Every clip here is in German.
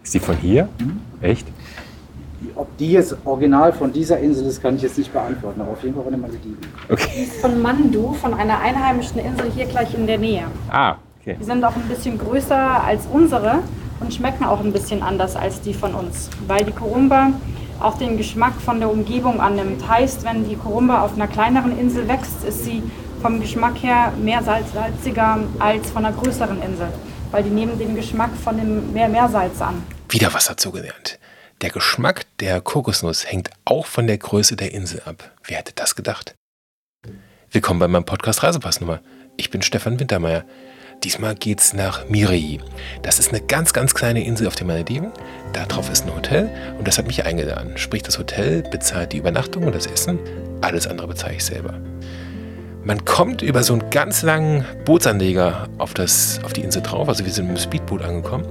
Ist die von hier? Echt? Ob die jetzt original von dieser Insel ist, kann ich jetzt nicht beantworten, aber auf jeden Fall von den Malediven. Okay. Die ist von Mandu, von einer einheimischen Insel hier gleich in der Nähe. Ah, okay. Die sind auch ein bisschen größer als unsere und schmecken auch ein bisschen anders als die von uns, weil die Kurumba auch den Geschmack von der Umgebung annimmt. Heißt, wenn die Kurumba auf einer kleineren Insel wächst, ist sie vom Geschmack her mehr salziger als von einer größeren Insel, weil die nehmen den Geschmack von dem Meersalz an. Wieder was dazugelernt. Der Geschmack der Kokosnuss hängt auch von der Größe der Insel ab. Wer hätte das gedacht? Willkommen bei meinem Podcast Reisepassnummer. Ich bin Stefan Wintermeyer. Diesmal geht's nach Mirihi. Das ist eine ganz, ganz kleine Insel auf den Malediven. Da drauf ist ein Hotel und das hat mich eingeladen. Sprich, das Hotel bezahlt die Übernachtung und das Essen. Alles andere bezahle ich selber. Man kommt über so einen ganz langen Bootsanleger auf die Insel drauf. Also wir sind mit dem Speedboot angekommen.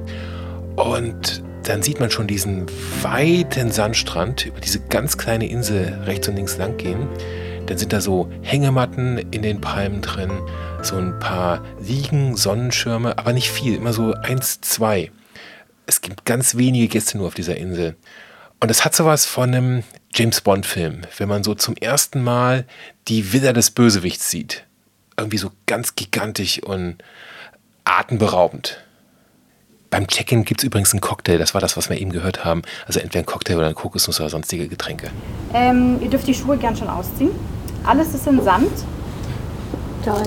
Und dann sieht man schon diesen weiten Sandstrand über diese ganz kleine Insel rechts und links lang gehen. Dann sind da so Hängematten in den Palmen drin, so ein paar Liegen, Sonnenschirme, aber nicht viel, immer so 1, 2. Es gibt ganz wenige Gäste nur auf dieser Insel. Und es hat sowas von einem James-Bond-Film, wenn man so zum ersten Mal die Villa des Bösewichts sieht. Irgendwie so ganz gigantisch und atemberaubend. Beim Check-in gibt es übrigens einen Cocktail, das war das, was wir eben gehört haben. Also entweder ein Cocktail oder ein Kokosnuss oder sonstige Getränke. Ihr dürft die Schuhe gern schon ausziehen. Alles ist in Sand. Toll.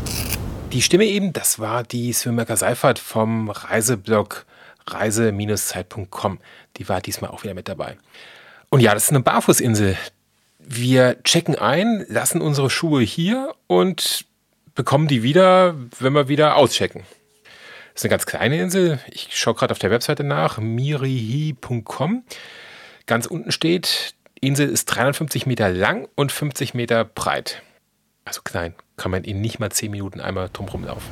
Die Stimme eben, das war die Swimmerker Seifert vom Reiseblog reise-zeit.com. Die war diesmal auch wieder mit dabei. Und ja, das ist eine Barfußinsel. Wir checken ein, lassen unsere Schuhe hier und bekommen die wieder, wenn wir wieder auschecken. Das ist eine ganz kleine Insel. Ich schaue gerade auf der Webseite nach, mirihi.com. Ganz unten steht, die Insel ist 350 Meter lang und 50 Meter breit. Also klein, kann man in nicht mal 10 Minuten einmal drumherum laufen.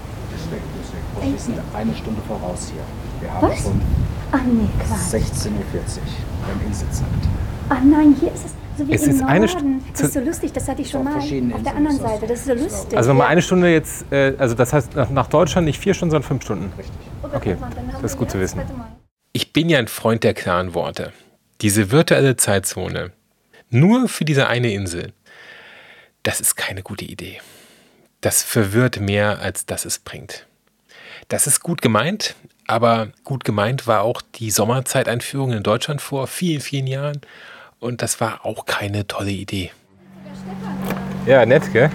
Deswegen. Wir sind eine Stunde voraus hier. Wir haben Was? schon Ach nee, klar. 16.40 Uhr beim Inselzeit. Ach nein, hier ist es so wie Es im ist Norden. eine Das ist so lustig, das hatte ich schon Auf mal. Auf verschiedenen der Inseln anderen ist das. Seite, das ist so lustig. Also nochmal Ja. eine Stunde jetzt, also das heißt nach Deutschland nicht 4 Stunden, sondern 5 Stunden. Richtig. Okay, Dann haben das ist wir gut zu jetzt, wissen. warte mal. Ich bin ja ein Freund der klaren Worte. Diese virtuelle Zeitzone, nur für diese eine Insel, das ist keine gute Idee. Das verwirrt mehr, als dass es bringt. Das ist gut gemeint, aber gut gemeint war auch die Sommerzeiteinführung in Deutschland vor vielen, vielen Jahren. Und das war auch keine tolle Idee. Ja, nett, gell?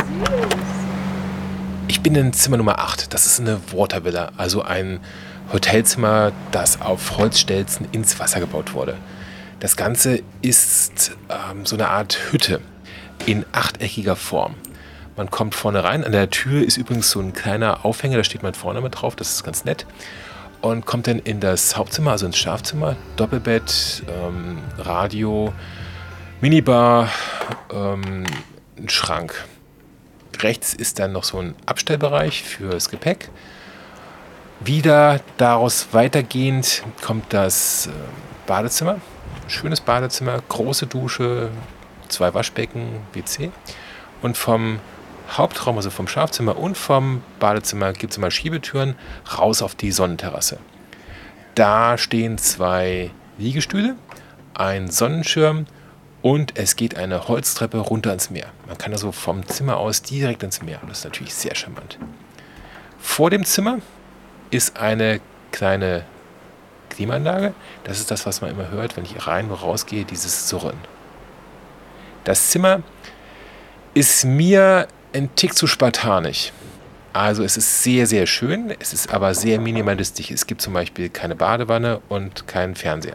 Ich bin in Zimmer Nummer 8. Das ist eine Watervilla, also ein Hotelzimmer, das auf Holzstelzen ins Wasser gebaut wurde. Das Ganze ist so eine Art Hütte in achteckiger Form. Man kommt vorne rein. An der Tür ist übrigens so ein kleiner Aufhänger, da steht man vorne mit drauf. Das ist ganz nett. Und kommt dann in das Hauptzimmer, also ins Schlafzimmer. Doppelbett, Radio, Minibar, ein Schrank. Rechts ist dann noch so ein Abstellbereich fürs Gepäck. Wieder daraus weitergehend kommt das Badezimmer. Schönes Badezimmer, große Dusche, 2 Waschbecken, WC. Und vom Hauptraum, also vom Schlafzimmer und vom Badezimmer, gibt es immer Schiebetüren raus auf die Sonnenterrasse. Da stehen 2 Liegestühle, ein Sonnenschirm und es geht eine Holztreppe runter ins Meer. Man kann also vom Zimmer aus direkt ins Meer. Das ist natürlich sehr charmant. Vor dem Zimmer ist eine kleine Klimaanlage. Das ist das, was man immer hört, wenn ich rein und rausgehe, dieses Surren. Das Zimmer ist mir ein Tick zu spartanisch. Also es ist sehr, sehr schön, es ist aber sehr minimalistisch. Es gibt zum Beispiel keine Badewanne und keinen Fernseher.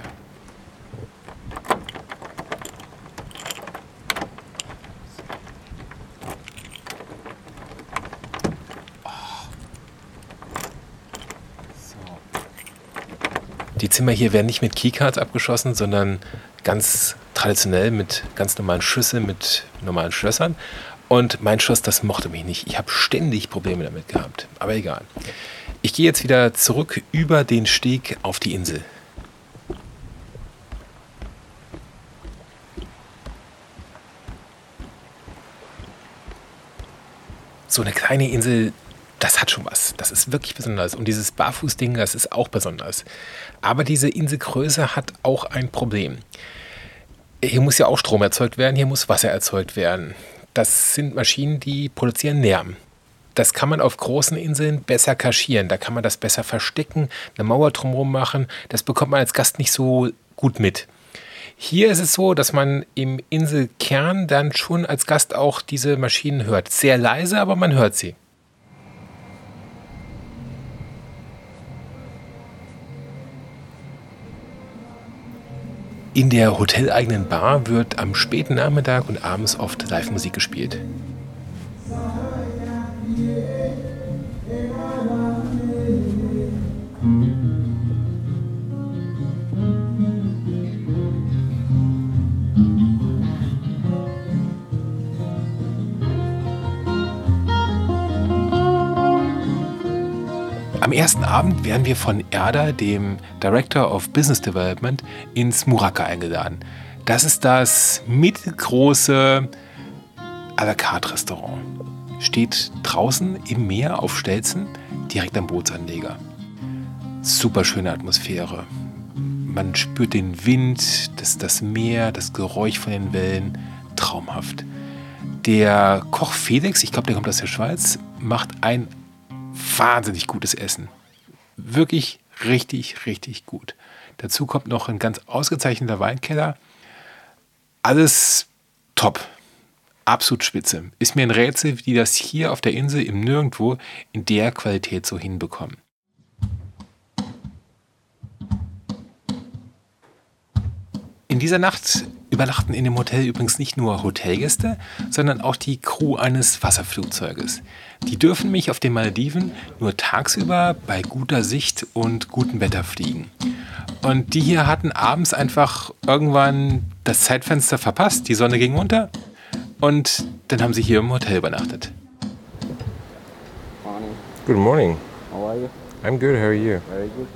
Die Zimmer hier werden nicht mit Keycards abgeschlossen, sondern ganz traditionell mit ganz normalen Schlüsseln, mit normalen Schlössern. Und mein Schloss, das mochte mich nicht. Ich habe ständig Probleme damit gehabt. Aber egal. Ich gehe jetzt wieder zurück über den Steg auf die Insel. So eine kleine Insel, das hat schon was. Das ist wirklich besonders. Und dieses Barfußding, das ist auch besonders. Aber diese Inselgröße hat auch ein Problem. Hier muss ja auch Strom erzeugt werden, hier muss Wasser erzeugt werden. Das sind Maschinen, die produzieren Lärm. Das kann man auf großen Inseln besser kaschieren. Da kann man das besser verstecken, eine Mauer drumherum machen. Das bekommt man als Gast nicht so gut mit. Hier ist es so, dass man im Inselkern dann schon als Gast auch diese Maschinen hört. Sehr leise, aber man hört sie. In der hoteleigenen Bar wird am späten Nachmittag und abends oft Live-Musik gespielt. Am ersten Abend werden wir von Erda, dem Director of Business Development, ins Muraka eingeladen. Das ist das mittelgroße à la carte Restaurant. Steht draußen im Meer auf Stelzen, direkt am Bootsanleger. Super schöne Atmosphäre. Man spürt den Wind, das Meer, das Geräusch von den Wellen. Traumhaft. Der Koch Felix, ich glaube, der kommt aus der Schweiz, macht ein wahnsinnig gutes Essen. Wirklich richtig, richtig gut. Dazu kommt noch ein ganz ausgezeichneter Weinkeller. Alles top. Absolut spitze. Ist mir ein Rätsel, wie die das hier auf der Insel im Nirgendwo in der Qualität so hinbekommen. In dieser Nacht übernachten in dem Hotel übrigens nicht nur Hotelgäste, sondern auch die Crew eines Wasserflugzeuges. Die dürfen mich auf den Malediven nur tagsüber bei guter Sicht und gutem Wetter fliegen. Und die hier hatten abends einfach irgendwann das Zeitfenster verpasst, die Sonne ging unter und dann haben sie hier im Hotel übernachtet. Morning. Good morning. How are you? I'm good, how are you? Very good.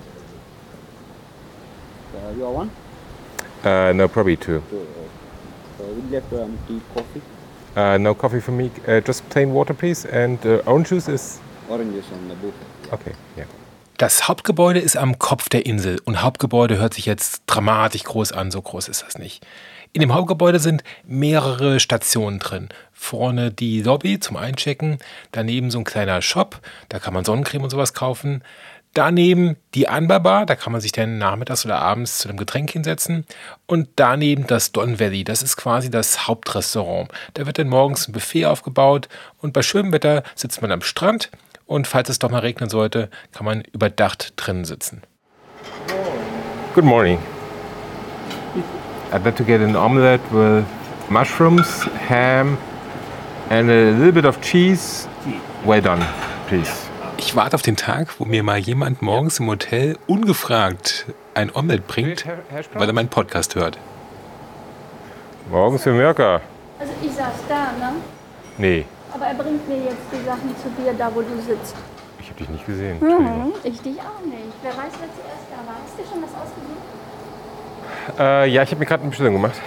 You are one? No, probably two. So we left tea, coffee, No coffee for me, just plain water please and orange juice is... oranges on the boat. Okay, yeah. Das Hauptgebäude ist am Kopf der Insel und Hauptgebäude hört sich jetzt dramatisch groß an, so groß ist das nicht. In dem Hauptgebäude sind mehrere Stationen drin. Vorne die Lobby zum Einchecken, daneben so ein kleiner Shop, da kann man Sonnencreme und sowas kaufen. Daneben die Anbar-Bar, da kann man sich dann nachmittags oder abends zu einem Getränk hinsetzen. Und daneben das Don Valley, das ist quasi das Hauptrestaurant. Da wird dann morgens ein Buffet aufgebaut und bei schönem Wetter sitzt man am Strand und falls es doch mal regnen sollte, kann man überdacht drinnen sitzen. Good morning. I'd like to get an omelette with mushrooms, ham and a little bit of cheese. Well done, please. Ich warte auf den Tag, wo mir mal jemand morgens im Hotel ungefragt ein Omelett bringt, weil er meinen Podcast hört. Morgens für Mörker. Also ich saß da, ne? Nee, Aber er bringt mir jetzt die Sachen zu dir, da wo du sitzt. ich habe dich nicht gesehen. Entschuldigung. Ich dich auch nicht. Wer weiß, wer zuerst da war. Hast du dir schon was ausgesucht? Ja, ich habe mir gerade eine Bestellung gemacht.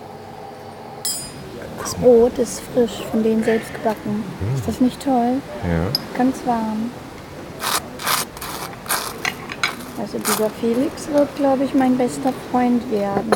Das Brot ist frisch, von denen selbst gebacken. Ist das nicht toll? Ja. Ganz warm. Also dieser Felix wird, glaube ich, mein bester Freund werden.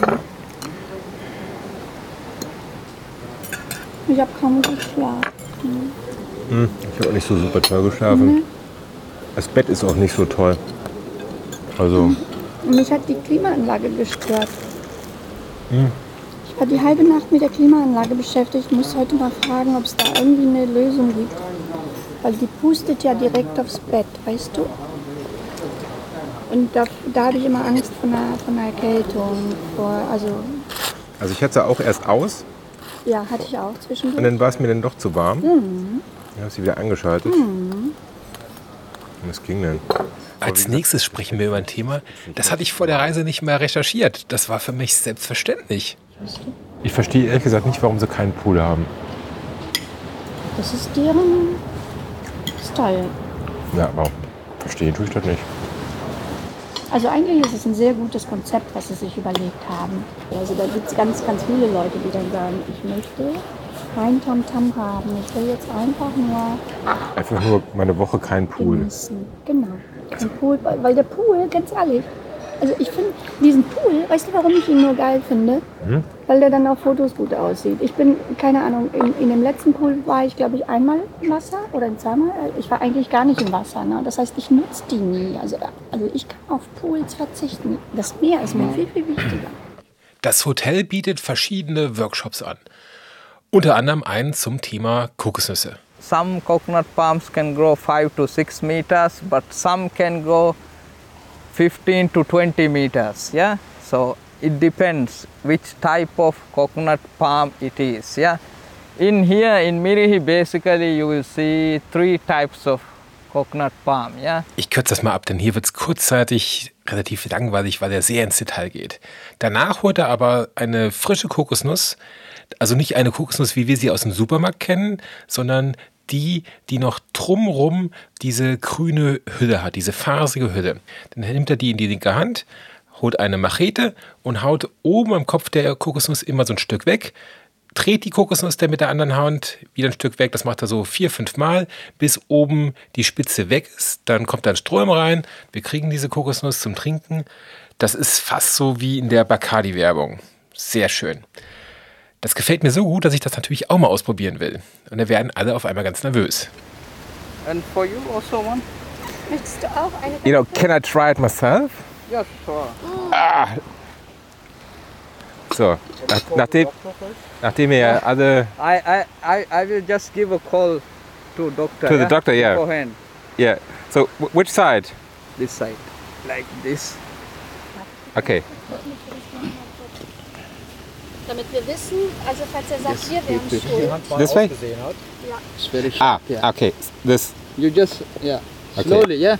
Ich habe kaum geschlafen. Ich habe auch nicht so super toll geschlafen. Das Bett ist auch nicht so toll. Also, Und mich hat die Klimaanlage gestört. Ich war die halbe Nacht mit der Klimaanlage beschäftigt. Ich muss heute mal fragen, ob es da irgendwie eine Lösung gibt. Weil die pustet ja direkt aufs Bett, weißt du? Und da habe ich immer Angst vor einer Erkältung. ich hatte sie auch erst aus Ja, hatte ich auch und zwischendurch. dann war es mir dann doch zu warm. Ich habe sie wieder angeschaltet. Und es ging dann. Als nächstes sprechen wir über ein Thema, das hatte ich vor der Reise nicht mehr recherchiert. Das war für mich selbstverständlich. Ich verstehe ehrlich gesagt nicht, warum sie keinen Pool haben. Das ist deren Style. Ja, aber verstehen tue ich das nicht. Also eigentlich ist es ein sehr gutes Konzept, was sie sich überlegt haben. Also da gibt es ganz, ganz viele Leute, die dann sagen, ich möchte kein Tamtam haben. Ich will jetzt einfach nur Einfach nur meine Woche kein Pool. genießen. Genau. Kein Pool, weil der Pool, ganz ehrlich, also ich finde diesen Pool, weißt du, warum ich ihn nur geil finde? Weil der dann auf Fotos gut aussieht. Ich bin, keine Ahnung, in dem letzten Pool war ich, glaube ich, einmal im Wasser oder zweimal. Ich war eigentlich gar nicht im Wasser. Ne? Das heißt, ich nutze die nie. Also ich kann auf Pools verzichten. Das Meer ist mir viel, viel wichtiger. Das Hotel bietet verschiedene Workshops an. Unter anderem einen zum Thema Kokosnüsse. Some coconut palms can grow 5 to 6 meters, but some can grow 15 to 20 meters. Yeah, so it depends which type of coconut palm it is. Yeah, in here in Mirihi, basically you will see 3 types of coconut palm. Yeah. Ich kürze das mal ab, denn hier wird es kurzzeitig relativ langweilig, weil er sehr ins Detail geht. Danach holt er aber eine frische Kokosnuss, also nicht eine Kokosnuss, wie wir sie aus dem Supermarkt kennen, sondern die noch drumrum diese grüne Hülle hat, diese faserige Hülle. Dann nimmt er die in die linke Hand, holt eine Machete und haut oben am Kopf der Kokosnuss immer so ein Stück weg, dreht die Kokosnuss dann mit der anderen Hand wieder ein Stück weg. Das macht er so 4-5 Mal, bis oben die Spitze weg ist. Dann kommt da ein Strom rein. Wir kriegen diese Kokosnuss zum Trinken. Das ist fast so wie in der Bacardi-Werbung. Sehr schön. Das gefällt mir so gut, dass ich das natürlich auch mal ausprobieren will. Und da werden alle auf einmal ganz nervös. And for you also one? Möchtest du auch eine? You know, can I try it myself? Yes, sure. So, nachdem wir ja alle... I will just give a call to doctor. To the doctor, yeah. Beforehand. Yeah. So, which side? This side, like this. Okay. Damit wir wissen, also falls er sagt, wir wären schuld. This way? It's very sharp. Yeah. Okay. This. You just Okay. slowly, yeah.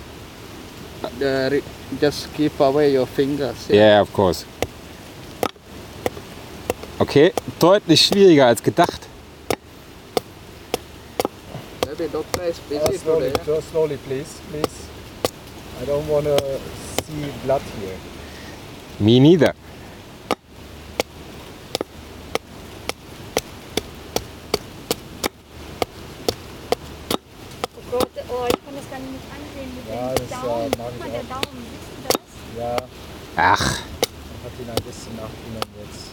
Just keep away your fingers. Yeah, of course. Okay, deutlich schwieriger als gedacht. Maybe doctor is busy today. Just slowly, please. I don't want to see blood here. Me neither. Oh Gott, oh, ich kann das gar nicht ansehen mit Ja, dem das, Daumen. mag Guck mal, ich der auch. Daumen, siehst du das? Ja, Ach, hat ihn ein bisschen nachgenommen jetzt.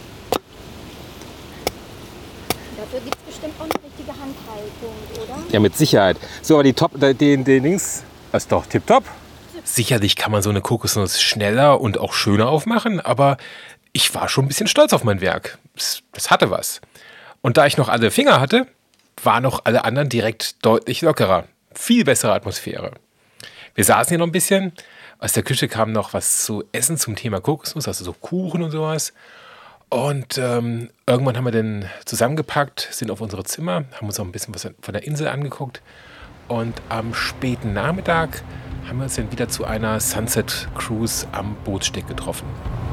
Dafür gibt es bestimmt auch eine richtige Handhaltung, oder? ja, mit Sicherheit. So, aber den Dings, das ist doch tipptopp. Sicherlich kann man so eine Kokosnuss schneller und auch schöner aufmachen, aber ich war schon ein bisschen stolz auf mein Werk. Das hatte was. Und da ich noch alle Finger hatte, waren auch alle anderen direkt deutlich lockerer. Viel bessere Atmosphäre. Wir saßen hier noch ein bisschen. Aus der Küche kam noch was zu essen zum Thema Kokosnuss, also so Kuchen und sowas. Und irgendwann haben wir dann zusammengepackt, sind auf unsere Zimmer, haben uns auch ein bisschen was von der Insel angeguckt. Und am späten Nachmittag haben wir uns dann wieder zu einer Sunset Cruise am Bootssteg getroffen.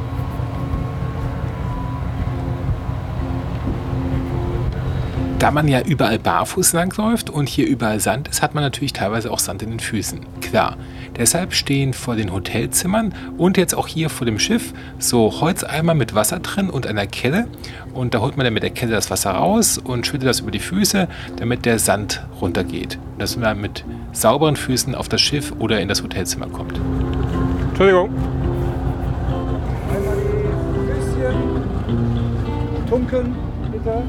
Da man ja überall barfuß langläuft und hier überall Sand ist, hat man natürlich teilweise auch Sand in den Füßen. Klar. Deshalb stehen vor den Hotelzimmern und jetzt auch hier vor dem Schiff so Holzeimer mit Wasser drin und einer Kelle. Und da holt man dann mit der Kelle das Wasser raus und schüttet das über die Füße, damit der Sand runtergeht. Dass man mit sauberen Füßen auf das Schiff oder in das Hotelzimmer kommt. Entschuldigung. Einmal die Füßchen tunken, bitte.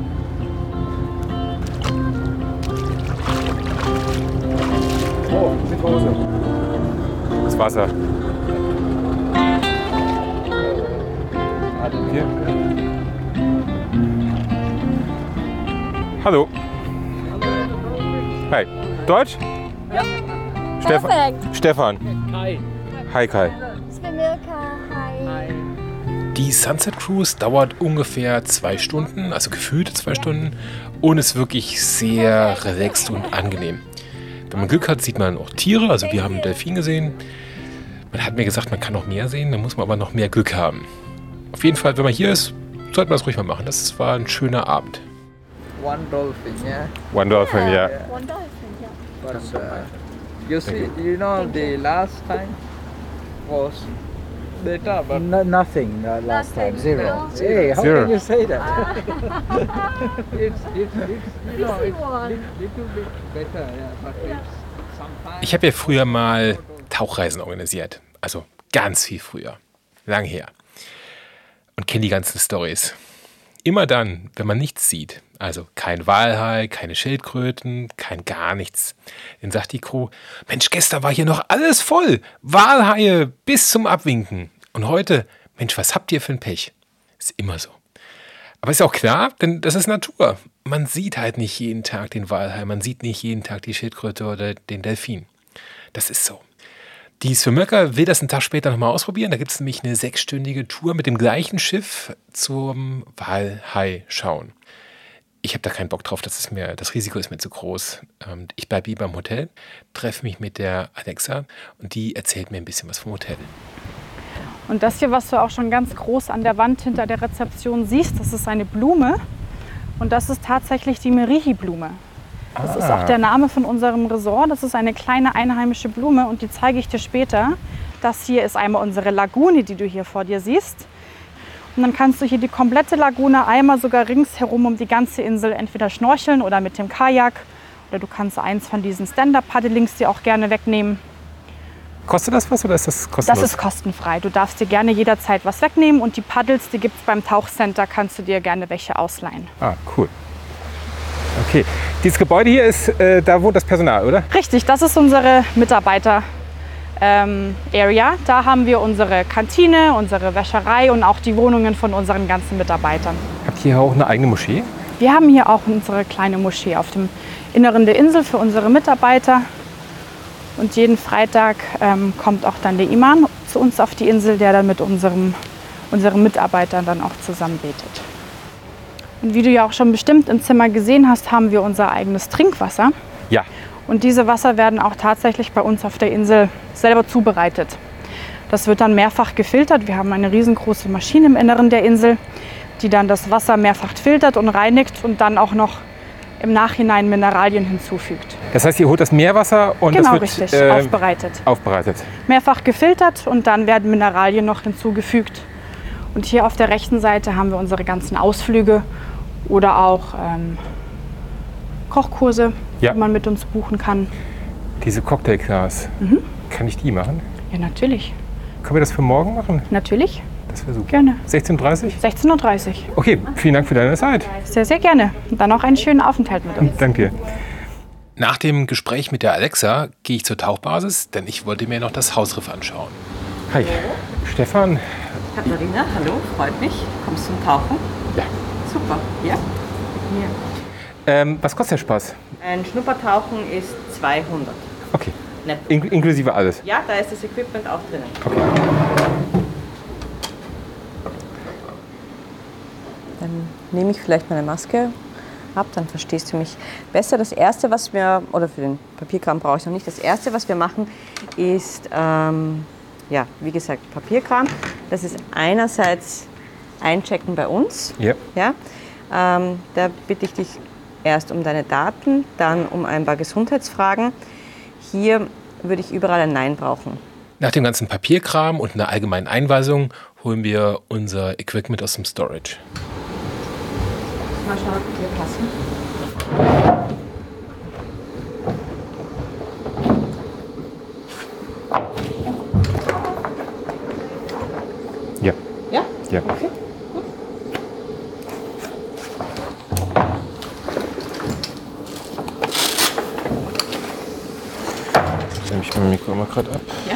Oh, mit Hose. Das Wasser. Hier. Hallo. Hi. Deutsch? Ja. Perfekt. Stefan. Hi. Hi Kai. Ich bin Milka, hi. Die Sunset Cruise dauert ungefähr 2 Stunden, also gefühlte 2 Stunden, und ist wirklich sehr relaxed und angenehm. Wenn man Glück hat, sieht man auch Tiere, also wir haben einen Delfin gesehen. Man hat mir gesagt, man kann noch mehr sehen, dann muss man aber noch mehr Glück haben. Auf jeden Fall, wenn man hier ist, sollte man das ruhig mal machen. Das war ein schöner Abend. One dolphin, yeah. One Dolphin, ja. One Dolphin, ja. But you see, you know, the last time was better, but Nothing last time, zero. no. Hey, how Zero. can you say that? it's little bit better, yeah, but it's sometimes. Ich habe ja früher mal Tauchreisen organisiert. Also ganz viel früher. Lang her. Und kenne die ganzen Storys. Immer dann, wenn man nichts sieht, also kein Walhai, keine Schildkröten, kein gar nichts, dann sagt die Crew, Mensch, gestern war hier noch alles voll. Walhaie bis zum Abwinken. Und heute, Mensch, was habt ihr für ein Pech? Ist immer so. Aber ist auch klar, denn das ist Natur. Man sieht halt nicht jeden Tag den Walhai, man sieht nicht jeden Tag die Schildkröte oder den Delfin. Das ist so. Die Swimmerker will das einen Tag später nochmal ausprobieren. Da gibt es nämlich eine 6-stündige Tour mit dem gleichen Schiff zum Walhai schauen. Ich habe da keinen Bock drauf, das Risiko ist mir zu groß. Ich bleibe lieber im Hotel, treffe mich mit der Alexa und die erzählt mir ein bisschen was vom Hotel. Und das hier, was du auch schon ganz groß an der Wand hinter der Rezeption siehst, das ist eine Blume. Und das ist tatsächlich die Merihi-Blume. Das ist auch der Name von unserem Resort. Das ist eine kleine einheimische Blume und die zeige ich dir später. Das hier ist einmal unsere Lagune, die du hier vor dir siehst. Und dann kannst du hier die komplette Lagune einmal sogar ringsherum um die ganze Insel entweder schnorcheln oder mit dem Kajak. Oder du kannst eins von diesen Stand-Up-Paddelings dir auch gerne wegnehmen. Kostet das was oder ist das kostenlos? Das ist kostenfrei. Du darfst dir gerne jederzeit was wegnehmen und die Paddels, die gibt es beim Tauchcenter, kannst du dir gerne welche ausleihen. Ah, cool. Okay, dieses Gebäude hier ist, da wohnt das Personal, oder? Richtig, das ist unsere Mitarbeiter-Area. Da haben wir unsere Kantine, unsere Wäscherei und auch die Wohnungen von unseren ganzen Mitarbeitern. Habt ihr hier auch eine eigene Moschee? Wir haben hier auch unsere kleine Moschee auf dem Inneren der Insel für unsere Mitarbeiter. Und jeden Freitag kommt auch dann der Imam zu uns auf die Insel, der dann mit unseren Mitarbeitern dann auch zusammen betet. Und wie du ja auch schon bestimmt im Zimmer gesehen hast, haben wir unser eigenes Trinkwasser. Ja. Und diese Wasser werden auch tatsächlich bei uns auf der Insel selber zubereitet. Das wird dann mehrfach gefiltert. Wir haben eine riesengroße Maschine im Inneren der Insel, die dann das Wasser mehrfach filtert und reinigt und dann auch noch im Nachhinein Mineralien hinzufügt. Das heißt, ihr holt das Meerwasser und Genau, das wird richtig, aufbereitet. aufbereitet. Mehrfach gefiltert und dann werden Mineralien noch hinzugefügt. Und hier auf der rechten Seite haben wir unsere ganzen Ausflüge oder auch Kochkurse, Ja. die man mit uns buchen kann. Diese Cocktailglas, kann ich die machen? Ja, natürlich. Können wir das für morgen machen? Natürlich, Das wäre super. gerne. 16:30 Uhr? 16:30 Uhr. Okay, vielen Dank für deine Zeit. Sehr, sehr gerne. Und dann noch einen schönen Aufenthalt mit uns. Danke dir. Nach dem Gespräch mit der Alexa gehe ich zur Tauchbasis, denn ich wollte mir noch das Hausriff anschauen. Hi, Stefan. Katharina, hallo, freut mich. Kommst du zum Tauchen? Ja. Super, ja? Was kostet der Spaß? Ein Schnuppertauchen ist 200. Okay, Netto. inklusive alles. Ja, da ist das Equipment auch drinnen. Okay. Dann nehme ich vielleicht meine Maske ab, dann verstehst du mich besser. Das Erste, was wir, oder für den Papierkram brauche ich noch nicht, das Erste, was wir machen, ist, ja, wie gesagt, Papierkram. Das ist einerseits einchecken bei uns. Ja. Ja? Da bitte ich dich erst um deine Daten, dann um ein paar Gesundheitsfragen. Hier würde ich überall ein Nein brauchen. Nach dem ganzen Papierkram und einer allgemeinen Einweisung holen wir unser Equipment aus dem Storage. Mal schauen, ob wir passen. Ja. Ja? Ja. Okay. Jetzt nehme ich mein Mikro mal gerade ab. Ja.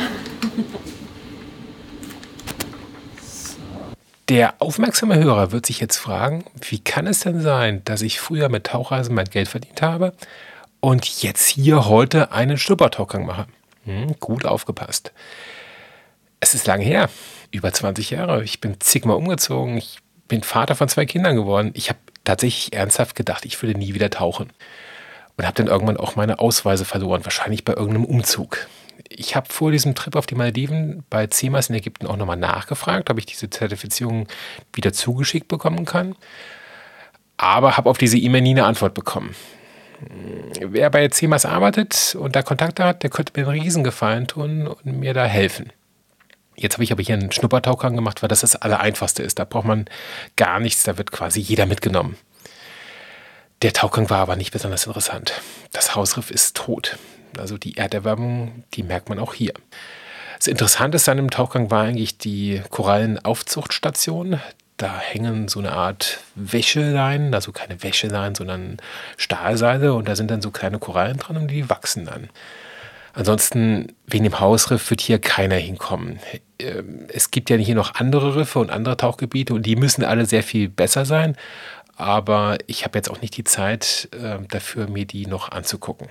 Der aufmerksame Hörer wird sich jetzt fragen, wie kann es denn sein, dass ich früher mit Tauchreisen mein Geld verdient habe und jetzt hier heute einen Schnuppertauchgang mache? Gut aufgepasst. Es ist lange her, über 20 Jahre. Ich bin zigmal umgezogen, ich bin Vater von 2 Kindern geworden. Ich habe tatsächlich ernsthaft gedacht, ich würde nie wieder tauchen. Und habe dann irgendwann auch meine Ausweise verloren, wahrscheinlich bei irgendeinem Umzug. Ich habe vor diesem Trip auf die Malediven bei CEMAS in Ägypten auch nochmal nachgefragt, ob ich diese Zertifizierung wieder zugeschickt bekommen kann. Aber habe auf diese E-Mail nie eine Antwort bekommen. Wer bei CEMAS arbeitet und da Kontakte hat, der könnte mir einen Riesengefallen tun und mir da helfen. Jetzt habe ich aber hier einen Schnuppertauchgang gemacht, weil das das Allereinfachste ist. Da braucht man gar nichts, da wird quasi jeder mitgenommen. Der Tauchgang war aber nicht besonders interessant. Das Hausriff ist tot. Also die Erderwärmung, die merkt man auch hier. Das Interessanteste an dem Tauchgang war eigentlich die Korallenaufzuchtstation. Da hängen so eine Art Wäscheleinen, also keine Wäscheleinen, sondern Stahlseile. Und da sind dann so kleine Korallen dran und die wachsen dann. Ansonsten, wegen dem Hausriff wird hier keiner hinkommen. Es gibt ja hier noch andere Riffe und andere Tauchgebiete und die müssen alle sehr viel besser sein. Aber ich habe jetzt auch nicht die Zeit dafür, mir die noch anzugucken.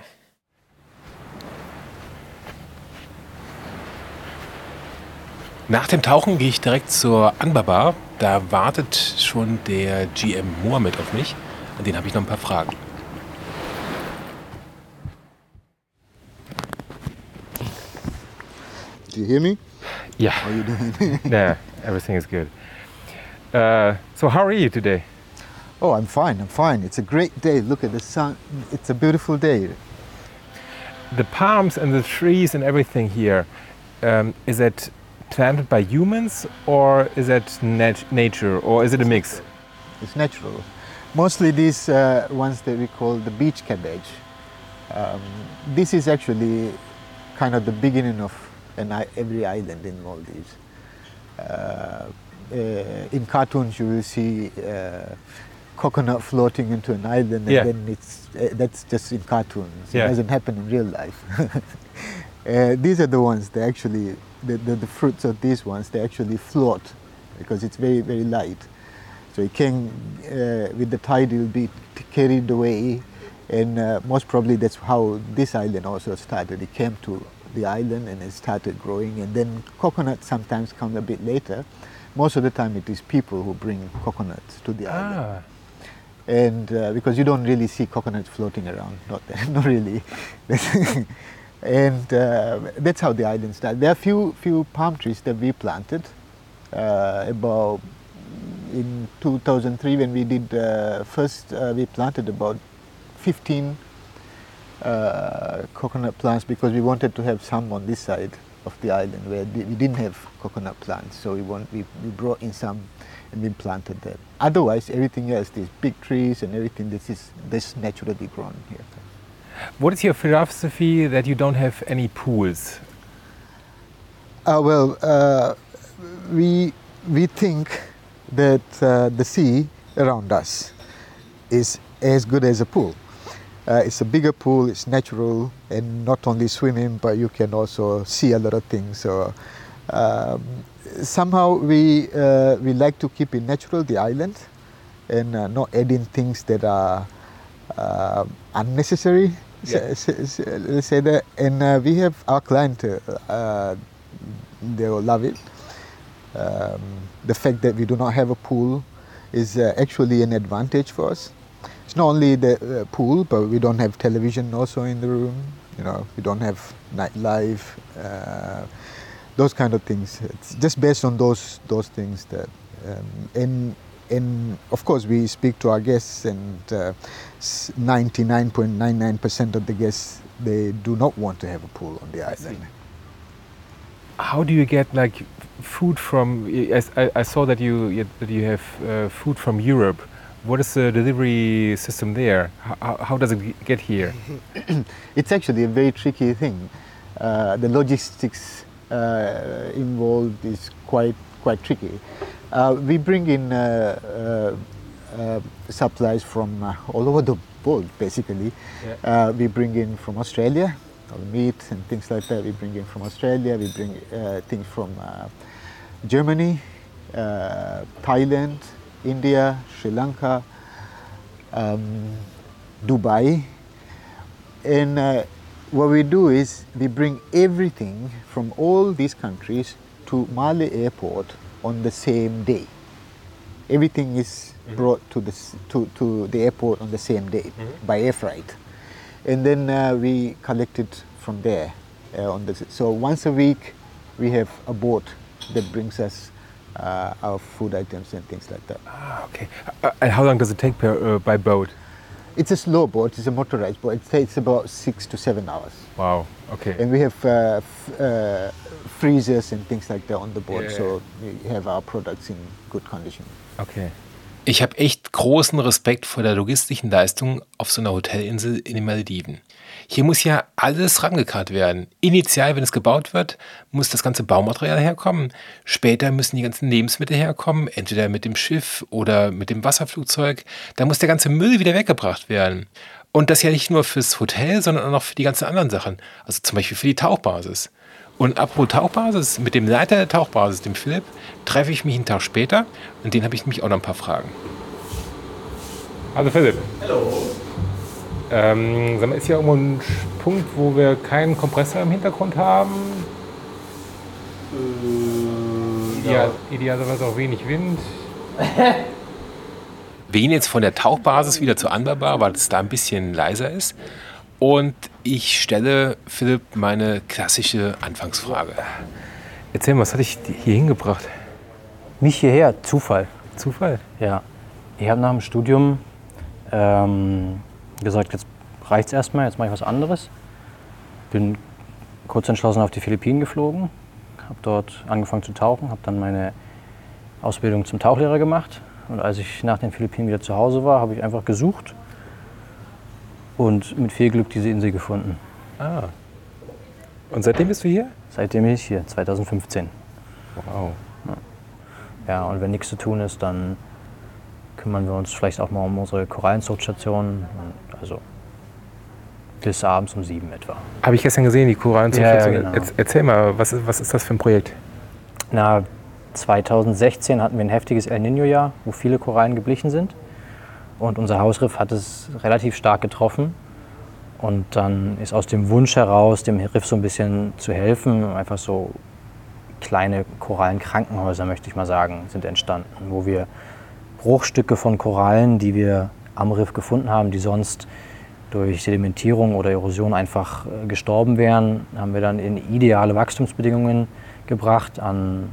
Nach dem Tauchen gehe ich direkt zur Anbar-Bar. Da wartet schon der GM Mohammed auf mich. An den habe ich noch ein paar Fragen. Do you hear me? Yeah. How are you doing? Yeah, everything is good. So how are you today? Oh, I'm fine. I'm fine. It's a great day. Look at the sun. It's a beautiful day. The palms and the trees and everything here, is it planted by humans or is it nature or is it a mix? It's natural. Mostly these ones that we call the beach cabbage. This is actually kind of the beginning of every island in Maldives. In cartoons you will see coconut floating into an island, and then that's just in cartoons. It doesn't happen in real life. These are the ones that actually, the fruits of these ones, they actually float because it's very, very light. So it can, with the tide, it will be carried away, and most probably that's how this island also started. It came to the island and it started growing, and then coconuts sometimes come a bit later. Most of the time it is people who bring coconuts to the island. And because you don't really see coconuts floating around, not really. And that's how the island started. There are few palm trees that we planted about in 2003 when we did first. We planted about 15 coconut plants because we wanted to have some on this side of the island where we didn't have coconut plants. So we brought in some and we planted them. Otherwise, everything else, these big trees and everything, this naturally grown here. What is your philosophy that you don't have any pools? We think that the sea around us is as good as a pool. It's a bigger pool, it's natural, and not only swimming, but you can also see a lot of things. So somehow we like to keep it natural, the island, and not adding things that are unnecessary. Let's say that. And we have our client, they will love it. The fact that we do not have a pool is actually an advantage for us. It's not only the pool, but we don't have television also in the room. You know, we don't have nightlife, those kind of things. It's just based on those things that, and of course we speak to our guests, and 99.99% of the guests, they do not want to have a pool on the island. How do you get like food from? I saw that you have food from Europe. What is the delivery system there? How does it get here? It's actually a very tricky thing. The logistics involved is quite tricky. We bring in supplies from all over the world, basically. Yeah. We bring in from Australia, meat and things like that. We bring in from Australia. We bring things from Germany, Thailand, India, Sri Lanka, Dubai, and what we do is we bring everything from all these countries to Malé Airport on the same day. Everything is brought to the airport on the same day by air freight, and then we collect it from there. So once a week we have a boat that brings us our food items and things like that. Okay. And how long does it take by boat? It's a slow boat, it's a motorized boat. It takes about 6 to 7 hours. Wow, okay. And we have freezers and things like that on the boat, so we have our products in good condition. Okay. Ich habe echt großen Respekt vor der logistischen Leistung auf so einer Hotelinsel in den Malediven. Hier muss ja alles rangekarrt werden. Initial, wenn es gebaut wird, muss das ganze Baumaterial herkommen. Später müssen die ganzen Lebensmittel herkommen, entweder mit dem Schiff oder mit dem Wasserflugzeug. Da muss der ganze Müll wieder weggebracht werden. Und das ja nicht nur fürs Hotel, sondern auch noch für die ganzen anderen Sachen. Also zum Beispiel für die Tauchbasis. Und apropos Tauchbasis, mit dem Leiter der Tauchbasis, dem Philipp, treffe ich mich einen Tag später und den habe ich nämlich auch noch ein paar Fragen. Also Philipp. Hallo. Sag mal, ist hier irgendwo ein Punkt, wo wir keinen Kompressor im Hintergrund haben? Ja, idealerweise auch wenig Wind. Wir gehen jetzt von der Tauchbasis wieder zur Anbaubar, weil es da ein bisschen leiser ist. Und ich stelle Philipp meine klassische Anfangsfrage. Erzähl mal, was hat dich hier hingebracht? Mich hierher? Zufall. Zufall? Ja. Ich habe nach dem Studium gesagt, jetzt reicht's erstmal, jetzt mache ich was anderes. Bin kurz entschlossen auf die Philippinen geflogen, habe dort angefangen zu tauchen, habe dann meine Ausbildung zum Tauchlehrer gemacht. Und als ich nach den Philippinen wieder zu Hause war, habe ich einfach gesucht und mit viel Glück diese Insel gefunden. Ah. Und seitdem bist du hier? Seitdem bin ich hier, 2015. Wow. Ja, und wenn nichts zu tun ist, dann kümmern wir uns vielleicht auch mal um unsere Korallenzuchtstation. Also bis abends um 7 etwa. Habe ich gestern gesehen, die Korallenzuchtstation. Ja, genau. Erzähl mal, was ist das für ein Projekt? Na, 2016 hatten wir ein heftiges El Niño-Jahr, wo viele Korallen geblichen sind. Und unser Hausriff hat es relativ stark getroffen. Und dann ist aus dem Wunsch heraus, dem Riff so ein bisschen zu helfen, einfach so kleine Korallenkrankenhäuser, möchte ich mal sagen, sind entstanden, wo wir Bruchstücke von Korallen, die wir am Riff gefunden haben, die sonst durch Sedimentierung oder Erosion einfach gestorben wären, haben wir dann in ideale Wachstumsbedingungen gebracht an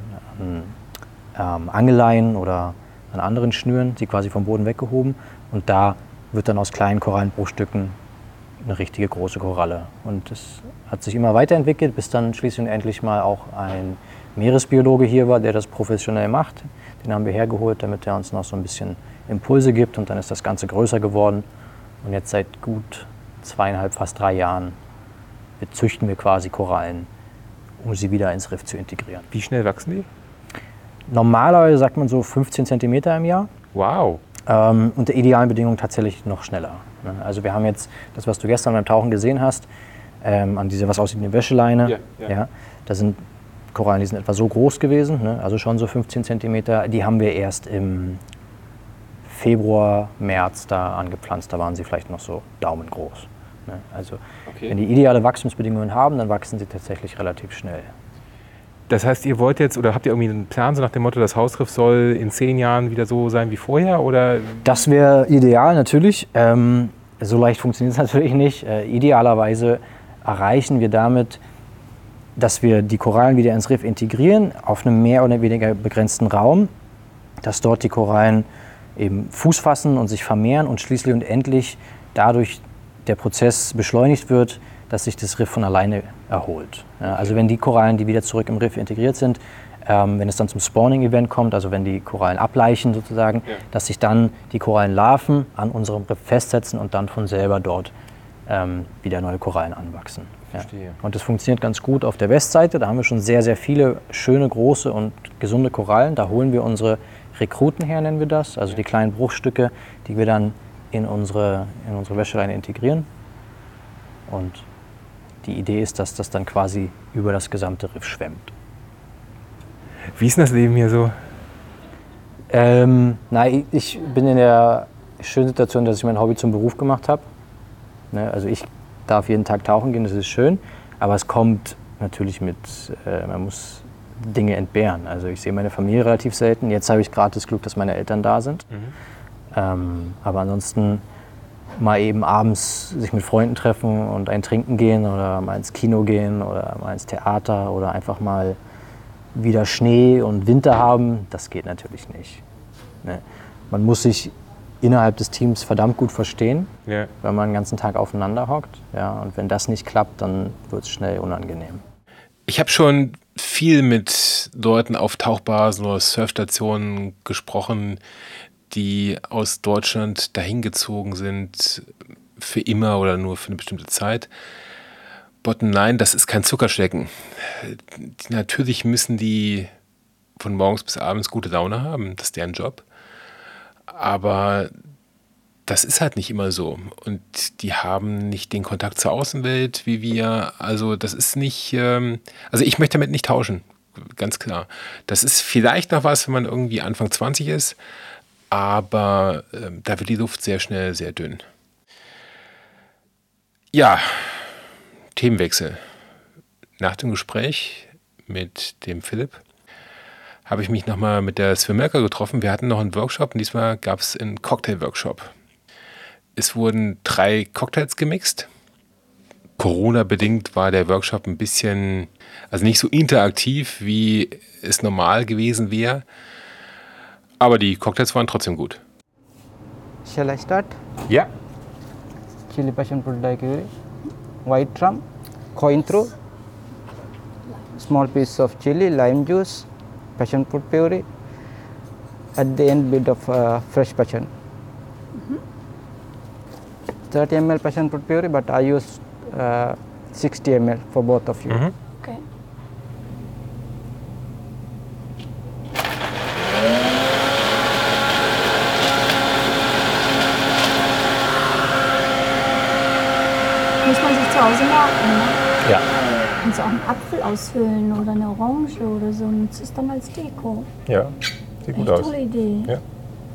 Angeleien oder an anderen Schnüren, sie quasi vom Boden weggehoben. Und da wird dann aus kleinen Korallenbruchstücken eine richtige große Koralle. Und es hat sich immer weiterentwickelt, bis dann schließlich und endlich mal auch ein Meeresbiologe hier war, der das professionell macht. Den haben wir hergeholt, damit er uns noch so ein bisschen Impulse gibt. Und dann ist das Ganze größer geworden. Und jetzt seit gut 2,5, fast 3 Jahren züchten wir quasi Korallen, um sie wieder ins Riff zu integrieren. Wie schnell wachsen die? Normalerweise sagt man so 15 cm im Jahr. Wow. Unter idealen Bedingungen tatsächlich noch schneller. Also wir haben jetzt das, was du gestern beim Tauchen gesehen hast, an dieser, was aussieht wie eine Wäscheleine. Ja. Da sind Korallen, die sind etwa so groß gewesen, ne? Also schon so 15 cm. Die haben wir erst im Februar, März da angepflanzt. Da waren sie vielleicht noch so daumengroß. Ne? Also wenn die ideale Wachstumsbedingungen haben, dann wachsen sie tatsächlich relativ schnell. Das heißt, ihr wollt jetzt, oder habt ihr irgendwie einen Plan, so nach dem Motto, das Hausriff soll in 10 Jahren wieder so sein wie vorher? Oder? Das wäre ideal, natürlich. So leicht funktioniert es natürlich nicht. Idealerweise erreichen wir damit, dass wir die Korallen wieder ins Riff integrieren, auf einem mehr oder weniger begrenzten Raum, dass dort die Korallen eben Fuß fassen und sich vermehren und schließlich und endlich dadurch der Prozess beschleunigt wird, dass sich das Riff von alleine erholt. Ja, also wenn die Korallen, die wieder zurück im Riff integriert sind, wenn es dann zum Spawning-Event kommt, also wenn die Korallen ableichen sozusagen, dass sich dann die Korallenlarven an unserem Riff festsetzen und dann von selber dort wieder neue Korallen anwachsen. Ja. Und das funktioniert ganz gut auf der Westseite, da haben wir schon sehr, sehr viele schöne, große und gesunde Korallen. Da holen wir unsere Rekruten her, nennen wir das, also die kleinen Bruchstücke, die wir dann in unsere Wäscheleine integrieren. Und die Idee ist, dass das dann quasi über das gesamte Riff schwemmt. Wie ist denn das Leben hier so? Ich bin in der schönen Situation, dass ich mein Hobby zum Beruf gemacht habe. Ne, also ich darf jeden Tag tauchen gehen, das ist schön. Aber es kommt natürlich mit, man muss Dinge entbehren. Also ich sehe meine Familie relativ selten. Jetzt habe ich gerade das Glück, dass meine Eltern da sind. Aber ansonsten mal eben abends sich mit Freunden treffen und ein Trinken gehen oder mal ins Kino gehen oder mal ins Theater oder einfach mal wieder Schnee und Winter haben, das geht natürlich nicht. Ne? Man muss sich innerhalb des Teams verdammt gut verstehen, Ja. wenn man den ganzen Tag aufeinander hockt. Ja, und wenn das nicht klappt, dann wird es schnell unangenehm. Ich habe schon viel mit Leuten auf Tauchbasen oder Surfstationen gesprochen, die aus Deutschland dahin gezogen sind, für immer oder nur für eine bestimmte Zeit. Bottom line, das ist kein Zuckerschlecken. Natürlich müssen die von morgens bis abends gute Laune haben, das ist deren Job. Aber das ist halt nicht immer so. Und die haben nicht den Kontakt zur Außenwelt wie wir. Also das ist nicht, also ich möchte damit nicht tauschen, ganz klar. Das ist vielleicht noch was, wenn man irgendwie Anfang 20 ist, aber da wird die Luft sehr schnell sehr dünn. Ja, Themenwechsel. Nach dem Gespräch mit dem Philipp habe ich mich nochmal mit der Swimmerka getroffen. Wir hatten noch einen Workshop und diesmal gab es einen Cocktail-Workshop. Es wurden 3 Cocktails gemixt. Corona-bedingt war der Workshop ein bisschen, also nicht so interaktiv, wie es normal gewesen wäre. Aber die Cocktails waren trotzdem gut. Shall I start? Ja. Chili passion fruit daiquiri, white rum, cointreau, small piece of chili, lime juice, passion fruit puree. At the end, bit of fresh passion. 30 ml passion fruit puree, but I use 60 ml for both of you. Okay. Muss man sich zu Hause merken, ne? Ja. Kannst du auch einen Apfel ausfüllen oder eine Orange oder so und das ist dann als Deko. Ja, sieht gut Echt aus. tolle Idee. Ja.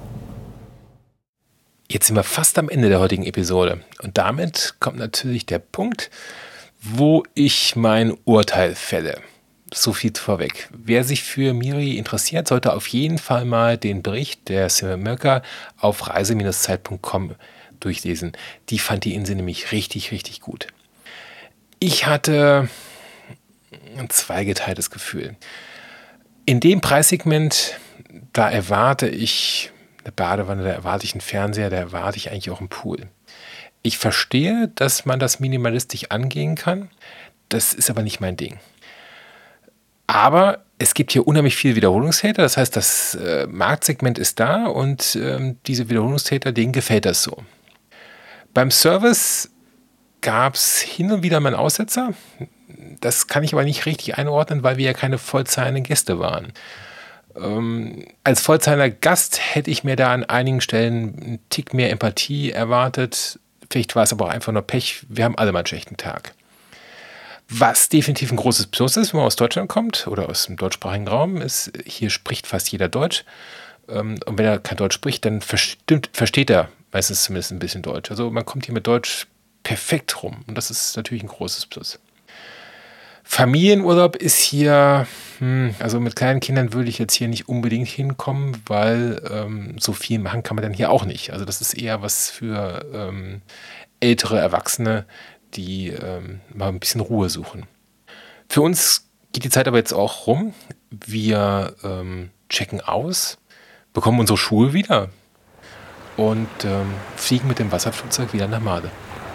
Jetzt sind wir fast am Ende der heutigen Episode. Und damit kommt natürlich der Punkt, wo ich mein Urteil fälle. So viel vorweg. Wer sich für Miri interessiert, sollte auf jeden Fall mal den Bericht der Swimmerka auf reise-zeit.com durchlesen. Die fand die Insel nämlich richtig, richtig gut. Ich hatte ein zweigeteiltes Gefühl. In dem Preissegment, da erwarte ich eine Badewanne, da erwarte ich einen Fernseher, da erwarte ich eigentlich auch einen Pool. Ich verstehe, dass man das minimalistisch angehen kann. Das ist aber nicht mein Ding. Aber es gibt hier unheimlich viele Wiederholungstäter. Das heißt, das Marktsegment ist da und diese Wiederholungstäter, denen gefällt das so. Beim Service gab es hin und wieder mal einen Aussetzer. Das kann ich aber nicht richtig einordnen, weil wir ja keine vollzahlenden Gäste waren. Als vollzahlender Gast hätte ich mir da an einigen Stellen einen Tick mehr Empathie erwartet. Vielleicht war es aber auch einfach nur Pech. Wir haben alle mal einen schlechten Tag. Was definitiv ein großes Plus ist, wenn man aus Deutschland kommt oder aus dem deutschsprachigen Raum, ist, hier spricht fast jeder Deutsch. Und wenn er kein Deutsch spricht, dann versteht er meistens zumindest ein bisschen Deutsch. Also man kommt hier mit Deutsch perfekt rum. Und das ist natürlich ein großes Plus. Familienurlaub ist hier, also mit kleinen Kindern würde ich jetzt hier nicht unbedingt hinkommen, weil so viel machen kann man dann hier auch nicht. Also das ist eher was für ältere Erwachsene, die mal ein bisschen Ruhe suchen. Für uns geht die Zeit aber jetzt auch rum. Wir checken aus, bekommen unsere Schuhe wieder und fliegen mit dem Wasserflugzeug wieder nach Male.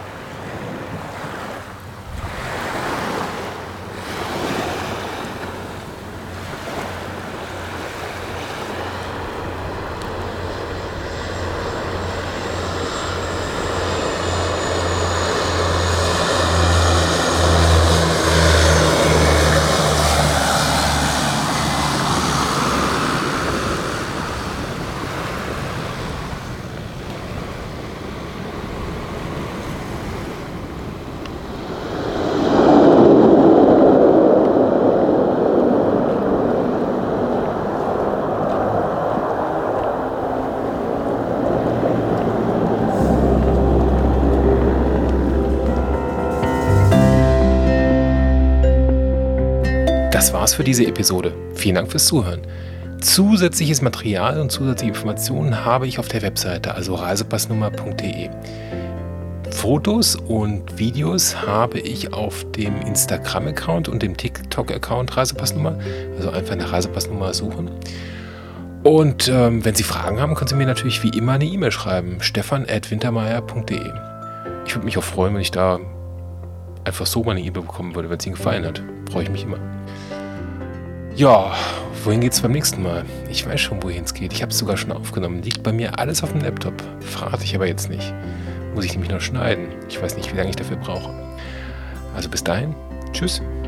Das war's für diese Episode. Vielen Dank fürs Zuhören. Zusätzliches Material und zusätzliche Informationen habe ich auf der Webseite, also reisepassnummer.de. Fotos und Videos habe ich auf dem Instagram-Account und dem TikTok-Account Reisepassnummer, also einfach nach Reisepassnummer suchen. Und wenn Sie Fragen haben, können Sie mir natürlich wie immer eine E-Mail schreiben. stefan@wintermeyer.de. Ich würde mich auch freuen, wenn ich da einfach so mal eine E-Mail bekommen würde, wenn es Ihnen gefallen hat. Freue ich mich immer. Ja, wohin geht's beim nächsten Mal? Ich weiß schon, wohin es geht. Ich habe es sogar schon aufgenommen. Liegt bei mir alles auf dem Laptop. Verrate ich aber jetzt nicht. Muss ich nämlich noch schneiden. Ich weiß nicht, wie lange ich dafür brauche. Also bis dahin. Tschüss.